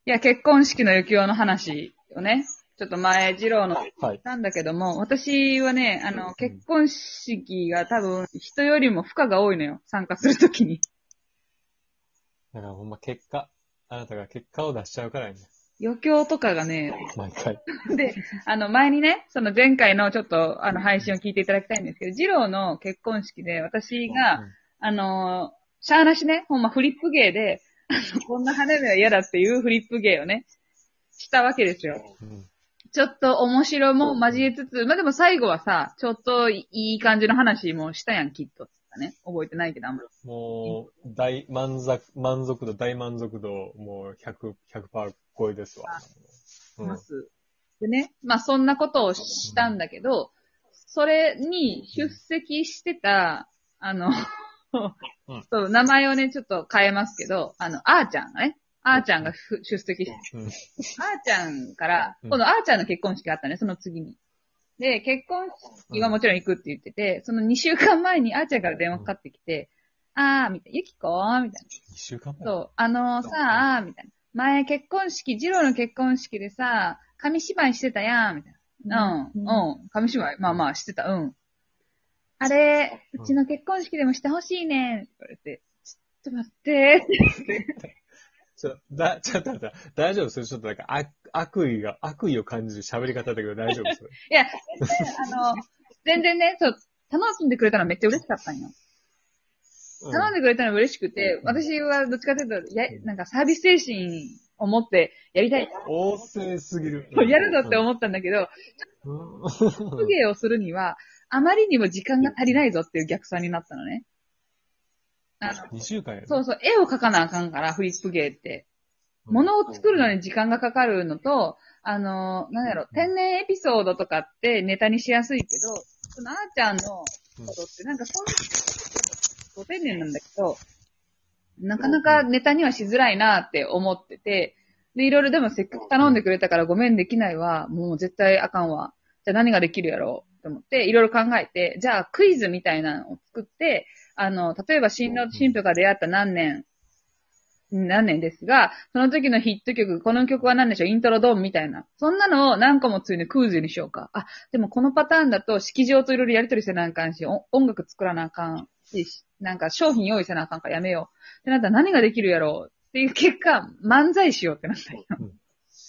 いや、結婚式の余興の話をね、ちょっと前、二郎のはい。 なんだけども、私はね、結婚式が多分人よりも負荷が多いのよ。参加するときに。 だからほんまあなたが結果を出しちゃうからね。 余興とかがね、 毎回。 で、前にね、その前回のちょっと配信を聞いていただきたいんですけど、二郎の結婚式で私が、 うん。 しゃーなしね、ほんまフリップ芸で、こんな跳ねるのは嫌だっていうフリップ芸をね、したわけですよ。 うん。 ちょっと面白もうん。 交えつつ、まあ、でも最後はさ、ちょっといい感じの話もしたやん、きっと。ね。覚えてないけど、あんまり。 もう、大満足度、もう100%超えですわ。うん。 ます。でね、まあそんなことをしたんだけど、それに出席してた、 うん。 そう、名前をね、ちょっと変えますけど、あーちゃんがね、あーちゃんが出席して、 うん。 あーちゃんから、 うん。 今度あーちゃんの結婚式があったね、その次に。で、結婚式はもうん。 ちろん行くって言ってて、その2週間前にあーちゃんから電話かかってきて、みたいな、ゆきこみたいな。 2週間前。 そう、 うん。 みたいな。前結婚式、次郎の結婚式でさ、紙芝居してたやん、みたいな。紙芝居、まあまあしてた、あれ、ううん。 ちの結婚式でもしてほしいねん、って言われて、ちょっと待って、 ちょっと待って、大丈夫それちょっとなんか、悪意を感じる喋り方だけど大丈夫それ。 いや、全然ね、そう、楽しんでくれたのめっちゃ嬉しかったんよ。 うん。 頼んでくれたの嬉しくて、 うん。 私はどっちかというと、 うん。 なんかサービス精神を持ってやりたい。 旺盛すぎる。 やるぞって思ったんだけど、 うん。 工うん。 芸をするには、あまりにも時間が足りないぞっていう逆算になったのね。 2週間やろ。 そうそう、絵を描かなあかんから、フリップ芸って。 うん。 物を作るうん。 のに時間がかかるのと、なんやろ、 うん。 天然エピソードとかってネタにしやすいけど、そのあーちゃんのこうん。 とってなんかそんなご丁寧なんだけど、なかなかネタにはしづらいなって思ってて、で、いろいろでもせっかく頼んでくれたからごめんできないわ、もう絶対あかんわ。じゃあ何ができるやろうと思って、いろいろ考えて、じゃあクイズみたいなのを作って、例えば新郎とうん。 新婦が出会った何年ですが、その時のヒット曲、この曲は何でしょう、イントロドンみたいな。そんなのを何個もついでクイズにしようか。でもこのパターンだと式場といろいろやりとりせなあかんし、音楽作らなあかんし、なんか商品用意せなあかんからやめよう。ってなったら何ができるやろうっていう結果、漫才しようってなったよ。 うん。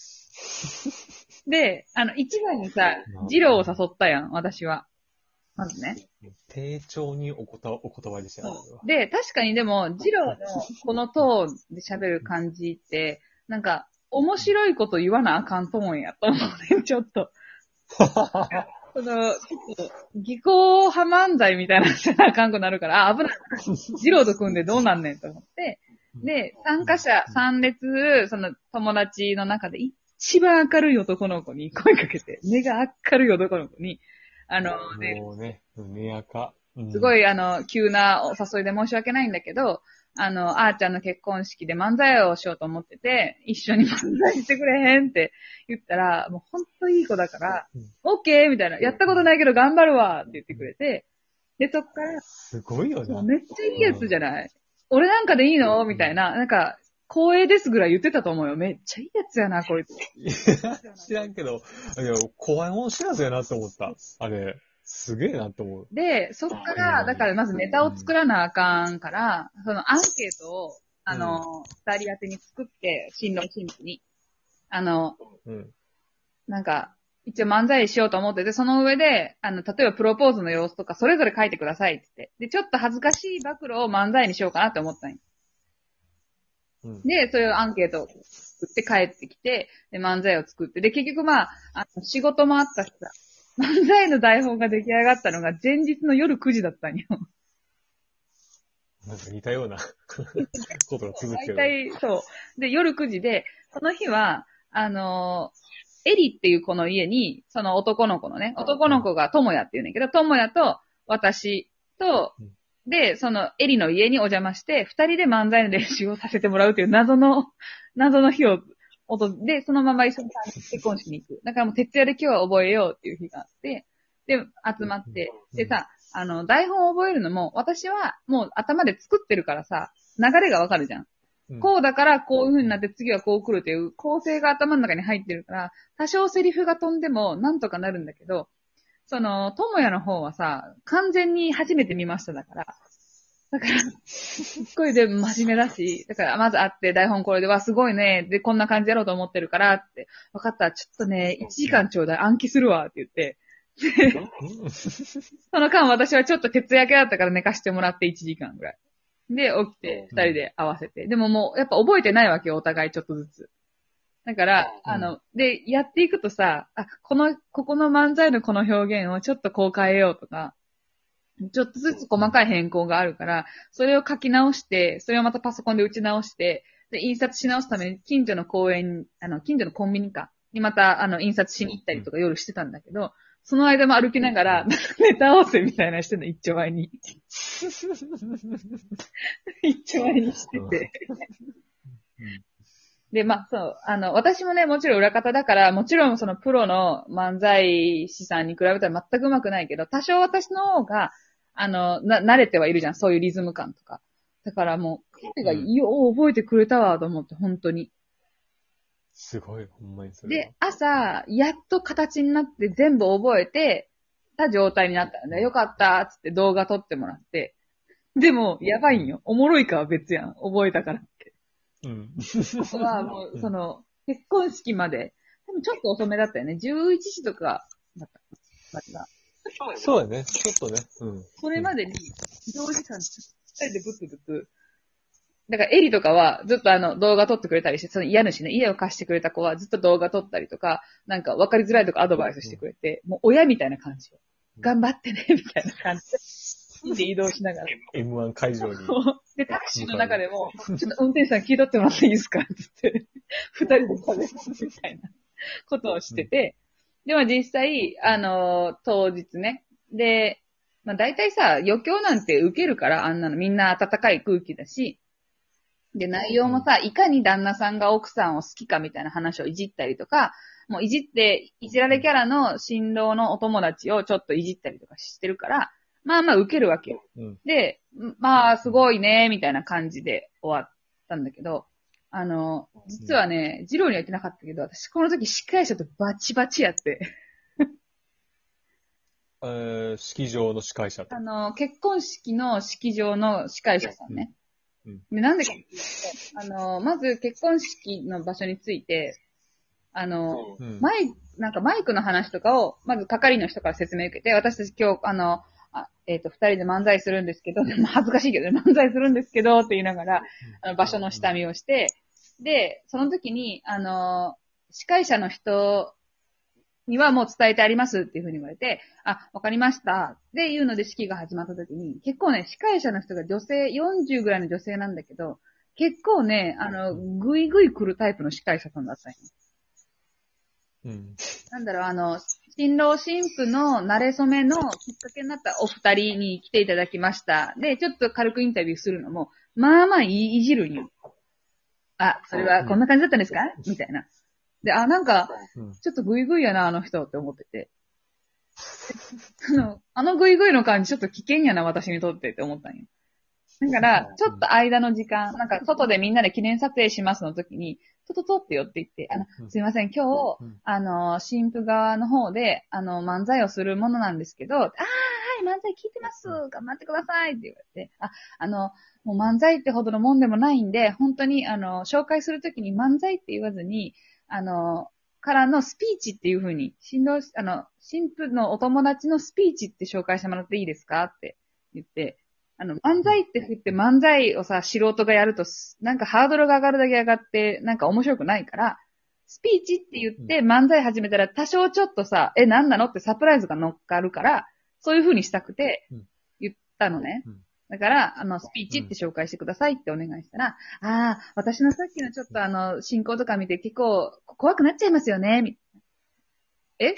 で、一番にさ、 まあ、 ジローを誘ったやん、私は。まずね。 丁重にお断りしたよ、それは。 で、確かにでも、ジローのこのトーンで喋る感じって、なんか、面白いこと言わなあかんトーンやと思うね、ちょっと。その、技巧派漫才みたいなのせなあかんくなるから、危ない。ジローと組んでどうなんねんと思って。で、参加者参列、その友達の中で一番明るい男の子に声かけて、目が明るい男の子に、で、 もうね、目赤。うん。 すごい、急なお誘いで申し訳ないんだけど、あーちゃんの結婚式で漫才をしようと思ってて、一緒に漫才してくれへんって言ったら、もうほんといい子だから、 うん。 オッケーみたいな、やったことないけど頑張るわって言ってくれて、で、そっから、 すごいよそう、 な。 めっちゃいいやつうん。 じゃない俺なんかでいいのうん。 みたいな、なんか、光栄ですぐらい言ってたと思うよ。めっちゃいいやつやな、こいつ。 いや、知らんけど、いや、怖いもん知らずやなって思った。あれ、すげえなって思う。 で、そっかうん。 ら、だからまずネタうん。 を作らなあかんから、そのアンケートを、 うん。 二人宛てに作って、新郎新婦に。あの、 うん。 なんか、一応漫才しようと思ってて、その上で、例えばプロポーズの様子とか、それぞれ書いてくださいって言って。で、ちょっと恥ずかしい暴露を漫才にしようかなって思ったんよ。 うん。 で、そういうアンケートを作って帰ってきて、で、漫才を作って、で、結局まあ、仕事もあったしさ、漫才の台本が出来上がったのが前日の夜9時だったんよ。 なんか似たようなことが続くけど。 大体、そう。で、夜9時で、その日は、エリっていう子の家に、その男の子のね、男うん。 の子が友也って言うんだけど、友也と私と、 うん。 で、そのエリの家にお邪魔して、二人で漫才の練習をさせてもらうという謎の日を、で、そのまま一緒に結婚式に行く。だからもう徹夜で今日は覚えようっていう日があって、で、集まって、 うん。 でさ、台本を覚えるのも、私はもう頭で作ってるからさ、流れがわかるじゃん。 こうだからこういう風になって次はこう来るっていう構成が頭の中に入ってるから、多少セリフが飛んでもなんとかなるんだけど、その、ともやの方はさ、完全に初めて見ましただから、すっごいで真面目だし、だからまず会って台本これではすごいね、でこんな感じやろうと思ってるからって、分かった、ちょっとね、1時間ちょうだい暗記するわって言って、その間私はちょっと徹夜明けだったから寝かしてもらって1時間ぐらい。で、起きて、2人で合わせて。でももう、やっぱ覚えてないわけよ、お互いちょっとずつ。だから、で、やっていくとさ、ここの漫才のこの表現をちょっとこう変えようとか、ちょっとずつ細かい変更があるから、それを書き直して、それをまたパソコンで打ち直して、で、印刷し直すために、近所の公園、近所のコンビニか、にまた、印刷しに行ったりとか夜してたんだけど、その間も歩きながら、ネタ合わせみたいなのしてんの、一丁前に。一丁前にしてて。で、まあ、そう、私もね、もちろん裏方だから、もちろんそのプロの漫才師さんに比べたら全く上手くないけど、多少私の方が、慣れてはいるじゃん、そういうリズム感とか。だからもう、彼がよう覚えてくれたわ、と思って、本当に。 すごい、ほんまにそれ。 で、朝、やっと形になって全部覚えてた状態になったんで、よかった、つって動画撮ってもらって。でも、やばいんよ。おもろいかは別やん。覚えたからって。 うん。 あとはもう、結婚式まで、多分ちょっと遅めだったよね。11時とかだった。 そうだね。ちょっとね。うん。 それまでに、移動時間、二人でブツブツ。だから、エリとかは、ずっと動画撮ってくれたりして、その家主ね、家を貸してくれた子はずっと動画撮ったりとか、なんか分かりづらいとかアドバイスしてくれて、もう親みたいな感じよ。頑張ってね、みたいな感じで移動しながら。 M1 会場に。 で、タクシーの中でも、ちょっと運転手さん聞いとってもらっていいですかって言って、二人で食べるみたいなことをしてて、でも実際、当日ね、で、まあ大体さ、余興なんて受けるから、あんなのみんな温かい空気だし、で、内容もさ、いかに旦那さんが奥さんを好きかみたいな話をいじったりとか、もういじって、いじられキャラの新郎のお友達をちょっといじったりとかしてるから、まあまあ受けるわけよ。で、まあすごいね、みたいな感じで終わったんだけど、実はね、ジローには言ってなかったけど、私この時司会者とバチバチやって。 式場の司会者と。 結婚式の式場の司会者さんね。で、なんでかっていうと、まず結婚式の場所について、マイクの話とかを、まず係の人から説明受けて、私たち今日、二人で漫才するんですけど、恥ずかしいけど、漫才するんですけど、って言いながら、場所の下見をして、で、その時に、司会者の人にはもう伝えてありますっていうふうに言われて、あ、わかりました。で、いうので式が始まった時に、結構ね、司会者の人が女性、40ぐらいの女性なんだけど、結構ね、ぐいぐい来るタイプの司会者さんだったんよ。なんだろう、新郎新婦の慣れ初めのきっかけになったお二人に来ていただきました。で、ちょっと軽くインタビューするのも、まあまあいじるんよ。あ、それはこんな感じだったんですかみたいな。で、なんか、ちょっとグイグイやな、あの人って思ってて。グイグイの感じちょっと危険やな、私にとってって思ったんよ。だから、ちょっと間の時間、なんか外でみんなで記念撮影しますの時に、トってよって言って、すいません、今日、新婦側の方で、漫才をするものなんですけど、はい、漫才聞いてます、頑張ってくださいって言われて、もう漫才ってほどのもんでもないんで、本当に、紹介するときに漫才って言わずに、からのスピーチっていう風に、新婦のお友達のスピーチって紹介してもらっていいですかって言って、漫才って振って漫才をさ、素人がやると、なんかハードルが上がるだけ上がって、なんか面白くないから、スピーチって言って漫才始めたら多少ちょっとさ、何なのってサプライズが乗っかるから、そういう風にしたくて、言ったのね。だから、スピーチって紹介してくださいってお願いしたら、私のさっきのちょっと進行とか見て結構怖くなっちゃいますよね、え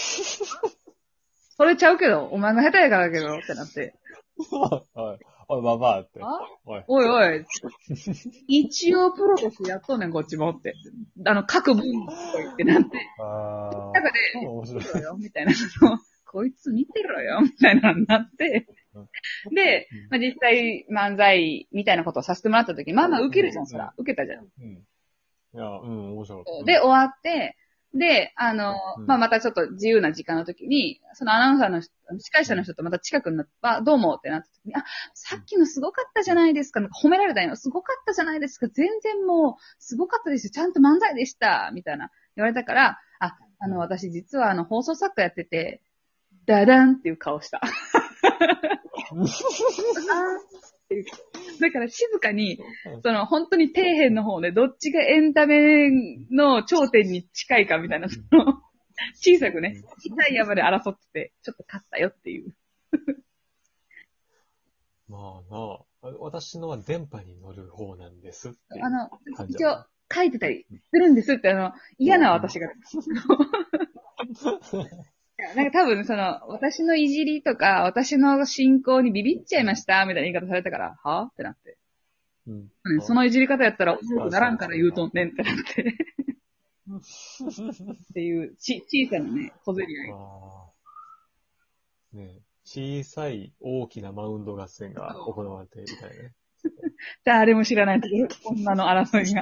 それちゃうけど、お前が下手やからだけど、ってなって。 はい。おい、ババアって。 おいおい。一応プロとしてやっとんねん、こっちもって。各分と言ってなって。だからね、見てろよ、みたいな。こいつ見てろよ、みたいなのになって。 で、まあ、実際漫才みたいなことをさせてもらった時、まあまあ受けるじゃん、そら。受けたじゃん。 うん。いや、面白かった。 で、終わって、で、 うんまあ、またちょっと自由な時間の時に、そのアナウンサーの人、司会者の人とまた近くになって、あ、どうもってなった時に、あ、さっきのすごかったじゃないですか。なんか褒められたよ。すごかったじゃないですか。全然もう、すごかったですよ。ちゃんと漫才でした。みたいな言われたから、あ、私実は放送作家やってて、ダダンっていう顔した。だから静かに、本当に底辺の方で、どっちがエンタメの頂点に近いかみたいな、小さくね、痛い山で争ってて、ちょっと勝ったよっていう。 まあなあ、私のは電波に乗る方なんですっていう感じ一応だな。 書いてたりするんですって、嫌な私が。なんか多分私のいじりとか、私の進行にビビっちゃいました、みたいな言い方されたから、はってなって。そのいじり方やったら面白くならんから言うとんねんってなって。っていう、小さなね、小競り合い。 ね、小さい大きなマウンド合戦が行われていたよね。 誰も知らないところ、女の争いが。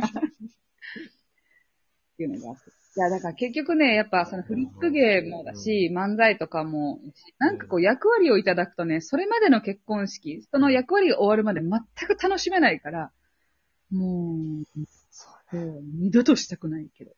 っていうのがあって。いや、だから結局ね、やっぱフリップ芸もだし、漫才とかも、なんかこう役割をいただくとね、それまでの結婚式、その役割が終わるまで全く楽しめないから、もう、二度としたくないけど。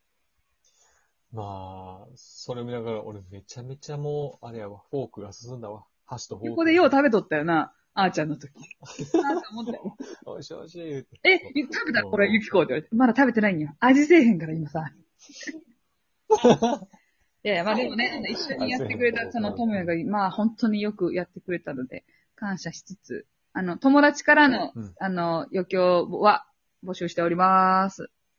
まあ、それ見ながら俺めちゃめちゃもう、あれやわ、フォークが進んだわ。箸とフォーク。 ここでよう食べとったよな、あーちゃんの時。あーと思ったよ。 おいしいおいしい。 食べたこれ、ゆきこって言われて。まだ食べてないんや。味せえへんから今さ。いやいや、まあでもね、一緒にやってくれた、ともやが、まあ本当によくやってくれたので、感謝しつつ、友達からの、余興は募集しております。